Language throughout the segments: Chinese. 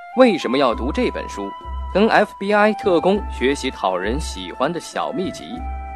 为什么要读这本书？跟 FBI 特工学习讨人喜欢的小秘籍。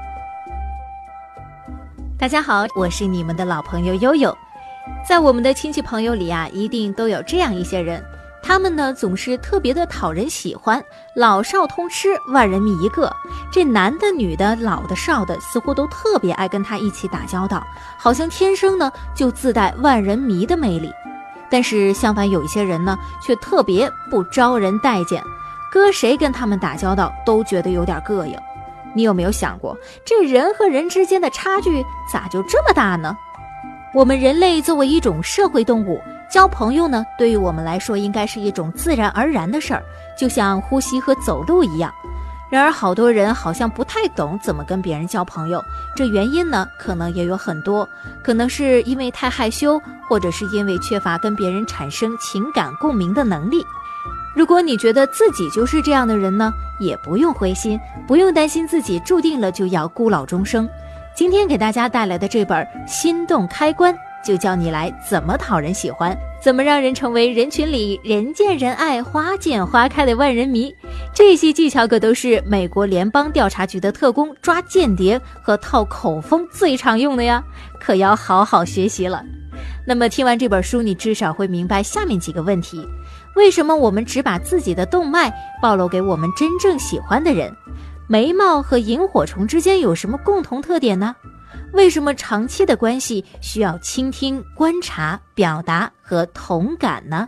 大家好，我是你们的老朋友悠悠。在我们的亲戚朋友里啊，一定都有这样一些人，他们呢总是特别的讨人喜欢，老少通吃，万人迷一个。这男的女的老的少的似乎都特别爱跟他一起打交道，好像天生呢就自带万人迷的魅力。但是相反，有一些人呢却特别不招人待见，搁谁跟他们打交道都觉得有点膈应。你有没有想过，这人和人之间的差距咋就这么大呢？我们人类作为一种社会动物，交朋友呢，对于我们来说应该是一种自然而然的事儿，就像呼吸和走路一样。然而好多人好像不太懂怎么跟别人交朋友，这原因呢可能也有很多，可能是因为太害羞，或者是因为缺乏跟别人产生情感共鸣的能力。如果你觉得自己就是这样的人呢，也不用灰心，不用担心自己注定了就要孤老终生。今天给大家带来的这本《心动开关》，就教你来怎么讨人喜欢，怎么让人成为人群里人见人爱、花见花开的万人迷。这些技巧可都是美国联邦调查局的特工抓间谍和套口风最常用的呀，可要好好学习了。那么听完这本书，你至少会明白下面几个问题：为什么我们只把自己的动脉暴露给我们真正喜欢的人？眉毛和萤火虫之间有什么共同特点呢？为什么长期的关系需要倾听、观察、表达和同感呢？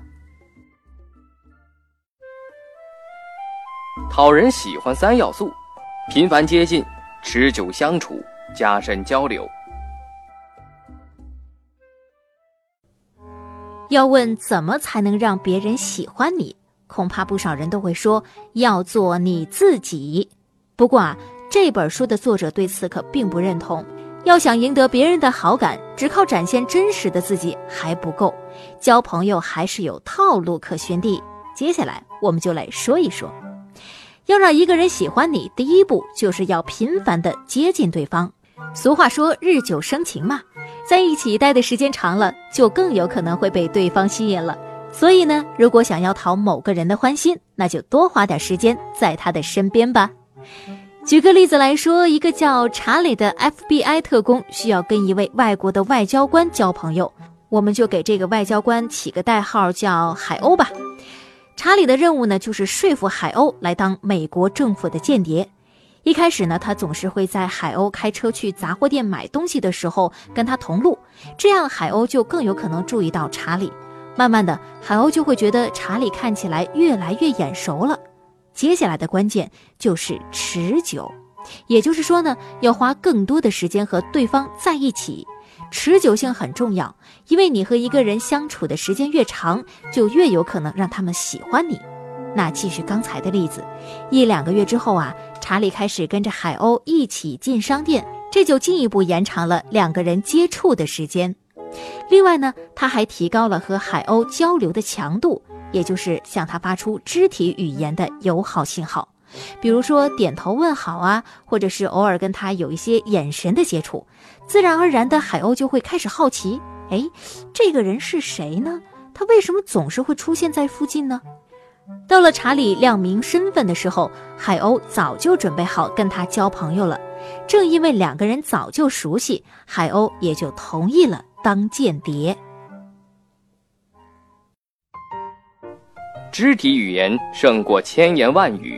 讨人喜欢3要素：频繁接近、持久相处、加深交流。 要问怎么才能让别人喜欢你，恐怕不少人都会说要做你自己。不过啊，这本书的作者对此可并不认同。要想赢得别人的好感，只靠展现真实的自己还不够，交朋友还是有套路可循的。接下来我们就来说一说，要让一个人喜欢你，第一步就是要频繁地接近对方。俗话说日久生情嘛，在一起待的时间长了，就更有可能会被对方吸引了。所以呢，如果想要讨某个人的欢心，那就多花点时间在他的身边吧。举个例子来说，一个叫查理的 FBI 特工需要跟一位外国的外交官交朋友，我们就给这个外交官起个代号叫海鸥吧。查理的任务呢，就是说服海鸥来当美国政府的间谍。一开始呢，他总是会在海鸥开车去杂货店买东西的时候跟他同路，这样海鸥就更有可能注意到查理。慢慢的，海鸥就会觉得查理看起来越来越眼熟了。接下来的关键就是持久，也就是说呢，要花更多的时间和对方在一起。持久性很重要，因为你和一个人相处的时间越长，就越有可能让他们喜欢你。那继续刚才的例子，1-2个月之后啊，查理开始跟着海鸥一起进商店，这就进一步延长了2个人接触的时间。另外呢，他还提高了和海鸥交流的强度，也就是向他发出肢体语言的友好信号，比如说点头问好啊，或者是偶尔跟他有一些眼神的接触。自然而然的，海鸥就会开始好奇，这个人是谁呢？他为什么总是会出现在附近呢？到了查理亮明身份的时候，海鸥早就准备好跟他交朋友了。正因为2个人早就熟悉，海鸥也就同意了当间谍。 肢体语言胜过千言万语。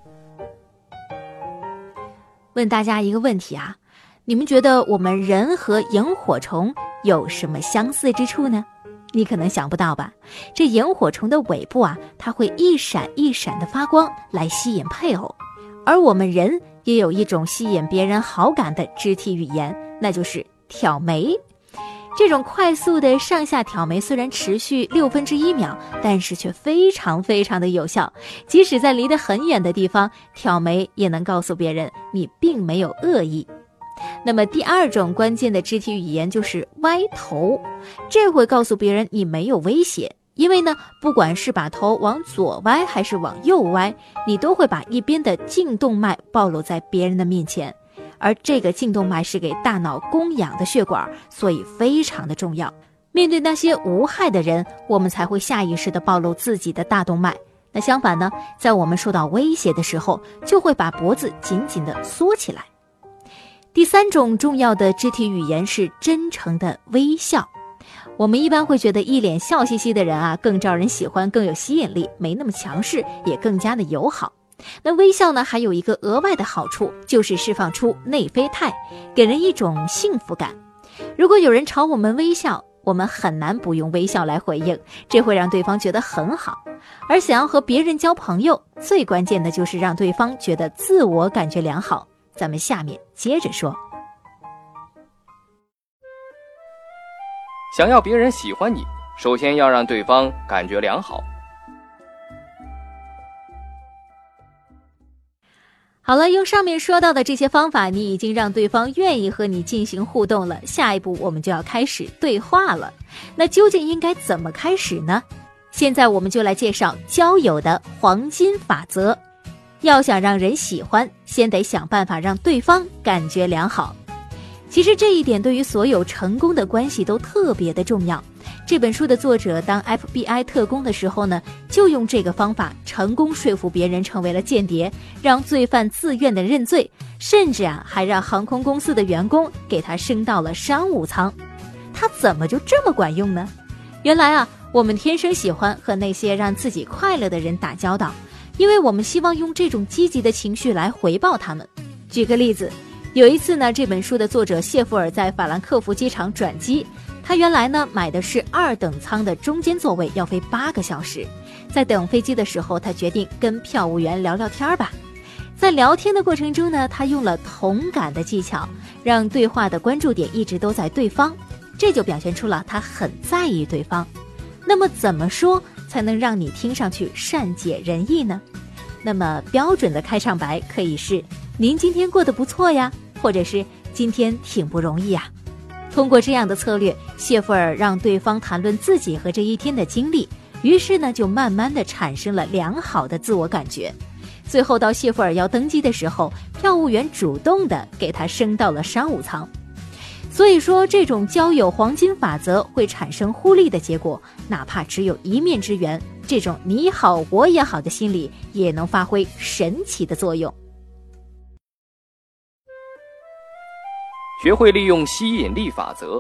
问大家一个问题啊，你们觉得我们人和萤火虫有什么相似之处呢？你可能想不到吧，这萤火虫的尾部啊，它会一闪一闪的发光来吸引配偶，而我们人也有一种吸引别人好感的肢体语言，那就是挑眉。这种快速的上下挑眉虽然持续1/6秒，但是却非常非常的有效，即使在离得很远的地方，挑眉也能告诉别人你并没有恶意。那么第2种关键的肢体语言就是歪头，这会告诉别人你没有威胁，因为呢，不管是把头往左歪还是往右歪，你都会把一边的颈动脉暴露在别人的面前，而这个颈动脉是给大脑供氧的血管，所以非常的重要。面对那些无害的人，我们才会下意识地暴露自己的大动脉。 那相反呢，在我们受到威胁的时候，就会把脖子紧紧地缩起来。第三种重要的肢体语言是真诚的微笑。我们一般会觉得一脸笑嘻嘻的人啊，更招人喜欢，更有吸引力，没那么强势，也更加的友好。那微笑呢，还有一个额外的好处，就是释放出内啡肽，给人一种幸福感。如果有人朝我们微笑，我们很难不用微笑来回应，这会让对方觉得很好。而想要和别人交朋友，最关键的就是让对方觉得自我感觉良好。咱们下面接着说。 想要别人喜欢你，首先要让对方感觉良好。 好了，用上面说到的这些方法，你已经让对方愿意和你进行互动了。下一步我们就要开始对话了。那究竟应该怎么开始呢？现在我们就来介绍交友的黄金法则。要想让人喜欢，先得想办法让对方感觉良好。其实这一点对于所有成功的关系都特别的重要。这本书的作者当 FBI 特工的时候呢，就用这个方法成功说服别人成为了间谍，让罪犯自愿的认罪，甚至还让航空公司的员工给他升到了商务舱。他怎么就这么管用呢？原来我们天生喜欢和那些让自己快乐的人打交道，因为我们希望用这种积极的情绪来回报他们。举个例子，有一次呢，这本书的作者谢弗尔在法兰克福机场转机，他原来呢买的是2等舱的中间座位，要飞8个小时。在等飞机的时候，他决定跟票务员聊聊天吧。在聊天的过程中呢，他用了同感的技巧，让对话的关注点一直都在对方，这就表现出了他很在意对方。那么怎么说才能让你听上去善解人意呢？那么标准的开场白可以是您今天过得不错呀，或者是今天挺不容易呀。通过这样的策略，谢弗尔让对方谈论自己和这一天的经历，于是呢就慢慢的产生了良好的自我感觉。最后到谢弗尔要登机的时候，票务员主动的给他升到了商务舱。所以说，这种交友黄金法则会产生互利的结果，哪怕只有一面之缘，这种你好我也好的心理也能发挥神奇的作用。 学会利用吸引力法则。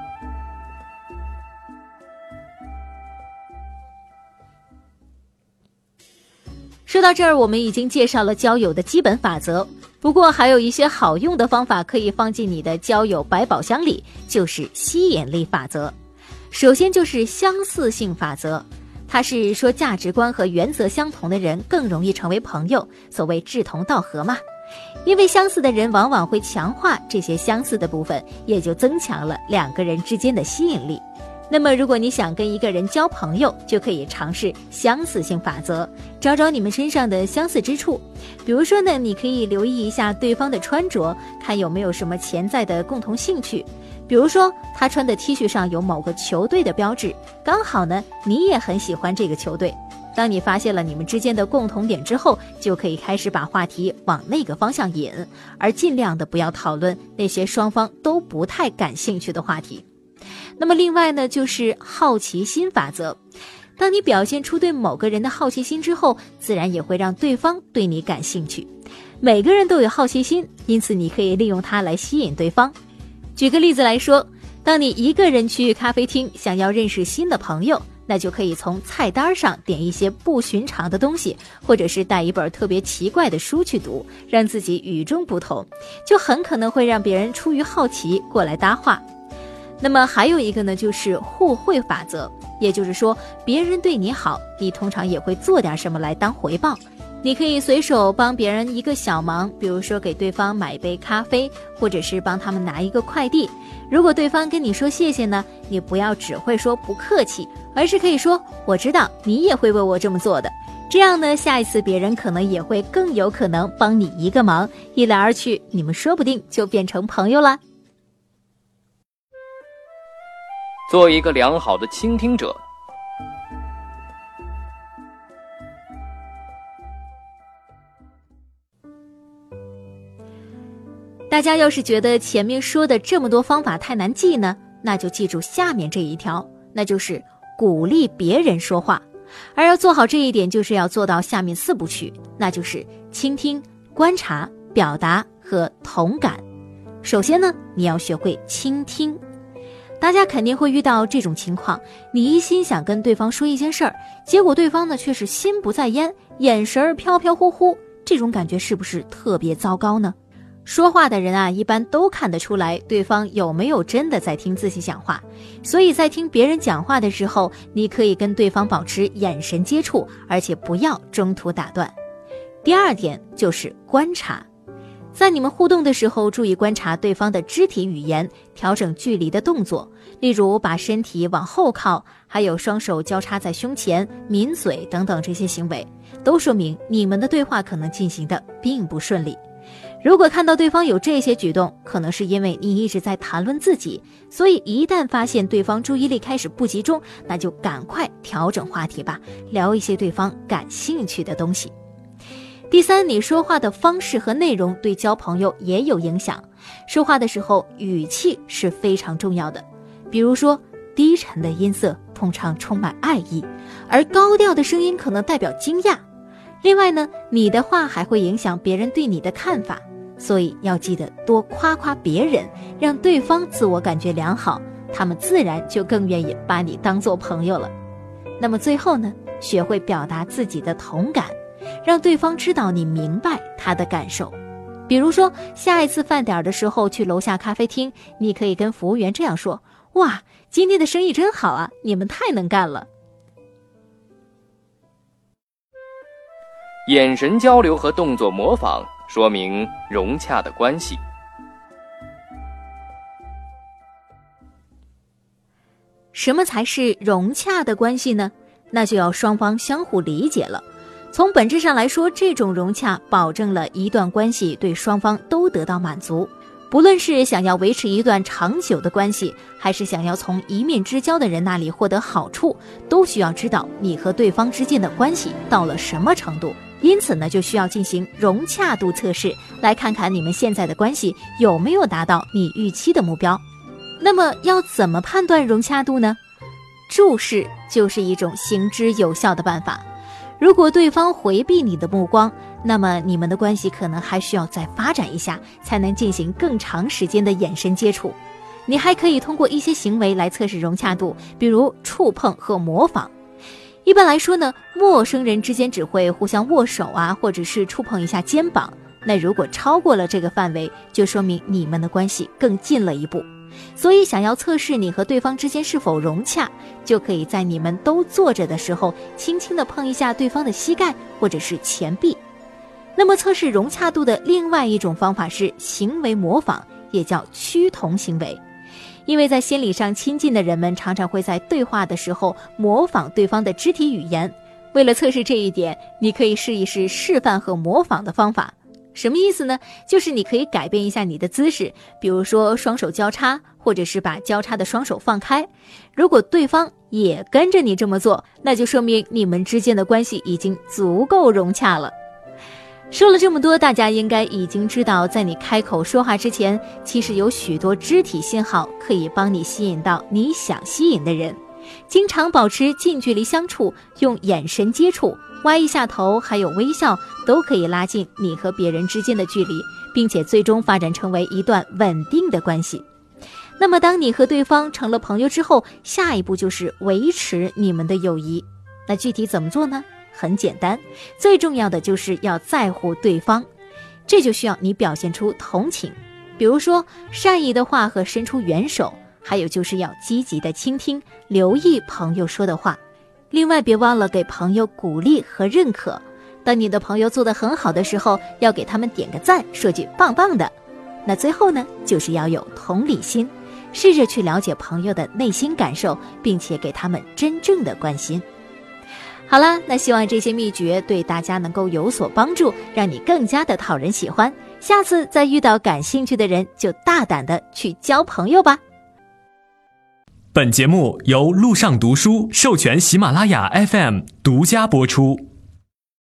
说到这儿，我们已经介绍了交友的基本法则，不过还有一些好用的方法可以放进你的交友百宝箱里，就是吸引力法则。首先就是相似性法则，它是说价值观和原则相同的人更容易成为朋友，所谓志同道合嘛。因为相似的人往往会强化这些相似的部分，也就增强了2个人之间的吸引力。那么如果你想跟一个人交朋友，就可以尝试相似性法则，找找你们身上的相似之处。比如说呢，你可以留意一下对方的穿着，看有没有什么潜在的共同兴趣。比如说他穿的 T 恤上有某个球队的标志，刚好呢你也很喜欢这个球队。当你发现了你们之间的共同点之后，就可以开始把话题往那个方向引，而尽量的不要讨论那些双方都不太感兴趣的话题。那么另外呢，就是好奇心法则。当你表现出对某个人的好奇心之后，自然也会让对方对你感兴趣。每个人都有好奇心，因此你可以利用它来吸引对方。举个例子来说，当你一个人去咖啡厅，想要认识新的朋友，那就可以从菜单上点一些不寻常的东西，或者是带一本特别奇怪的书去读，让自己与众不同，就很可能会让别人出于好奇过来搭话。那么还有一个呢，就是互惠法则，也就是说，别人对你好，你通常也会做点什么来当回报。你可以随手帮别人一个小忙，比如说给对方买一杯咖啡，或者是帮他们拿一个快递。如果对方跟你说谢谢呢，你不要只会说不客气，而是可以说我知道你也会为我这么做的。这样呢，下一次别人可能也会更有可能帮你一个忙，一来二去，你们说不定就变成朋友啦。 做一个良好的倾听者。 大家要是觉得前面说的这么多方法太难记呢，那就记住下面这一条，那就是鼓励别人说话。 而要做好这一点，就是要做到下面4部曲，那就是倾听、观察、表达和同感。首先呢，你要学会倾听。大家肯定会遇到这种情况，你一心想跟对方说一件事儿，结果对方呢却是心不在焉，眼神飘飘忽忽，这种感觉是不是特别糟糕呢？说话的人啊，一般都看得出来对方有没有真的在听自己讲话，所以在听别人讲话的时候，你可以跟对方保持眼神接触，而且不要中途打断。第二点就是观察，在你们互动的时候，注意观察对方的肢体语言，调整距离的动作，例如把身体往后靠，还有双手交叉在胸前、抿嘴等等，这些行为都说明你们的对话可能进行的并不顺利。如果看到对方有这些举动，可能是因为你一直在谈论自己，所以一旦发现对方注意力开始不集中，那就赶快调整话题吧，聊一些对方感兴趣的东西。第三，你说话的方式和内容对交朋友也有影响。说话的时候，语气是非常重要的。比如说，低沉的音色通常充满爱意，而高调的声音可能代表惊讶。另外呢，你的话还会影响别人对你的看法，所以要记得多夸夸别人，让对方自我感觉良好，他们自然就更愿意把你当做朋友了。那么最后呢，学会表达自己的同感，让对方知道你明白他的感受。比如说，下一次饭点的时候去楼下咖啡厅，你可以跟服务员这样说：哇，今天的生意真好啊，你们太能干了。 眼神交流和动作模仿说明融洽的关系。 什么才是融洽的关系呢？那就要双方相互理解了。从本质上来说，这种融洽保证了一段关系对双方都得到满足。不论是想要维持一段长久的关系，还是想要从一面之交的人那里获得好处，都需要知道你和对方之间的关系到了什么程度。因此呢，就需要进行融洽度测试，来看看你们现在的关系有没有达到你预期的目标。那么要怎么判断融洽度呢？注视就是一种行之有效的办法。如果对方回避你的目光，那么你们的关系可能还需要再发展一下，才能进行更长时间的眼神接触。你还可以通过一些行为来测试融洽度，比如触碰和模仿。一般来说呢，陌生人之间只会互相握手啊，或者是触碰一下肩膀。那如果超过了这个范围，就说明你们的关系更近了一步。所以想要测试你和对方之间是否融洽，就可以在你们都坐着的时候，轻轻地碰一下对方的膝盖或者是前臂。那么测试融洽度的另外一种方法是行为模仿，也叫趋同行为。因为在心理上亲近的人们常常会在对话的时候模仿对方的肢体语言。为了测试这一点，你可以试一试示范和模仿的方法。什么意思呢？就是你可以改变一下你的姿势，比如说双手交叉，或者是把交叉的双手放开。如果对方也跟着你这么做，那就说明你们之间的关系已经足够融洽了。说了这么多，大家应该已经知道，在你开口说话之前，其实有许多肢体信号可以帮你吸引到你想吸引的人。经常保持近距离相处，用眼神接触，歪一下头，还有微笑，都可以拉近你和别人之间的距离，并且最终发展成为一段稳定的关系。那么当你和对方成了朋友之后，下一步就是维持你们的友谊。那具体怎么做呢？很简单，最重要的就是要在乎对方，这就需要你表现出同情，比如说善意的话和伸出援手，还有就是要积极的倾听，留意朋友说的话。另外别忘了给朋友鼓励和认可，当你的朋友做得很好的时候，要给他们点个赞，说句棒棒的。那最后呢，就是要有同理心，试着去了解朋友的内心感受，并且给他们真正的关心。好了，那希望这些秘诀对大家能够有所帮助，让你更加的讨人喜欢。下次再遇到感兴趣的人，就大胆的去交朋友吧。 本节目由路上读书授权喜马拉雅 FM 独家播出。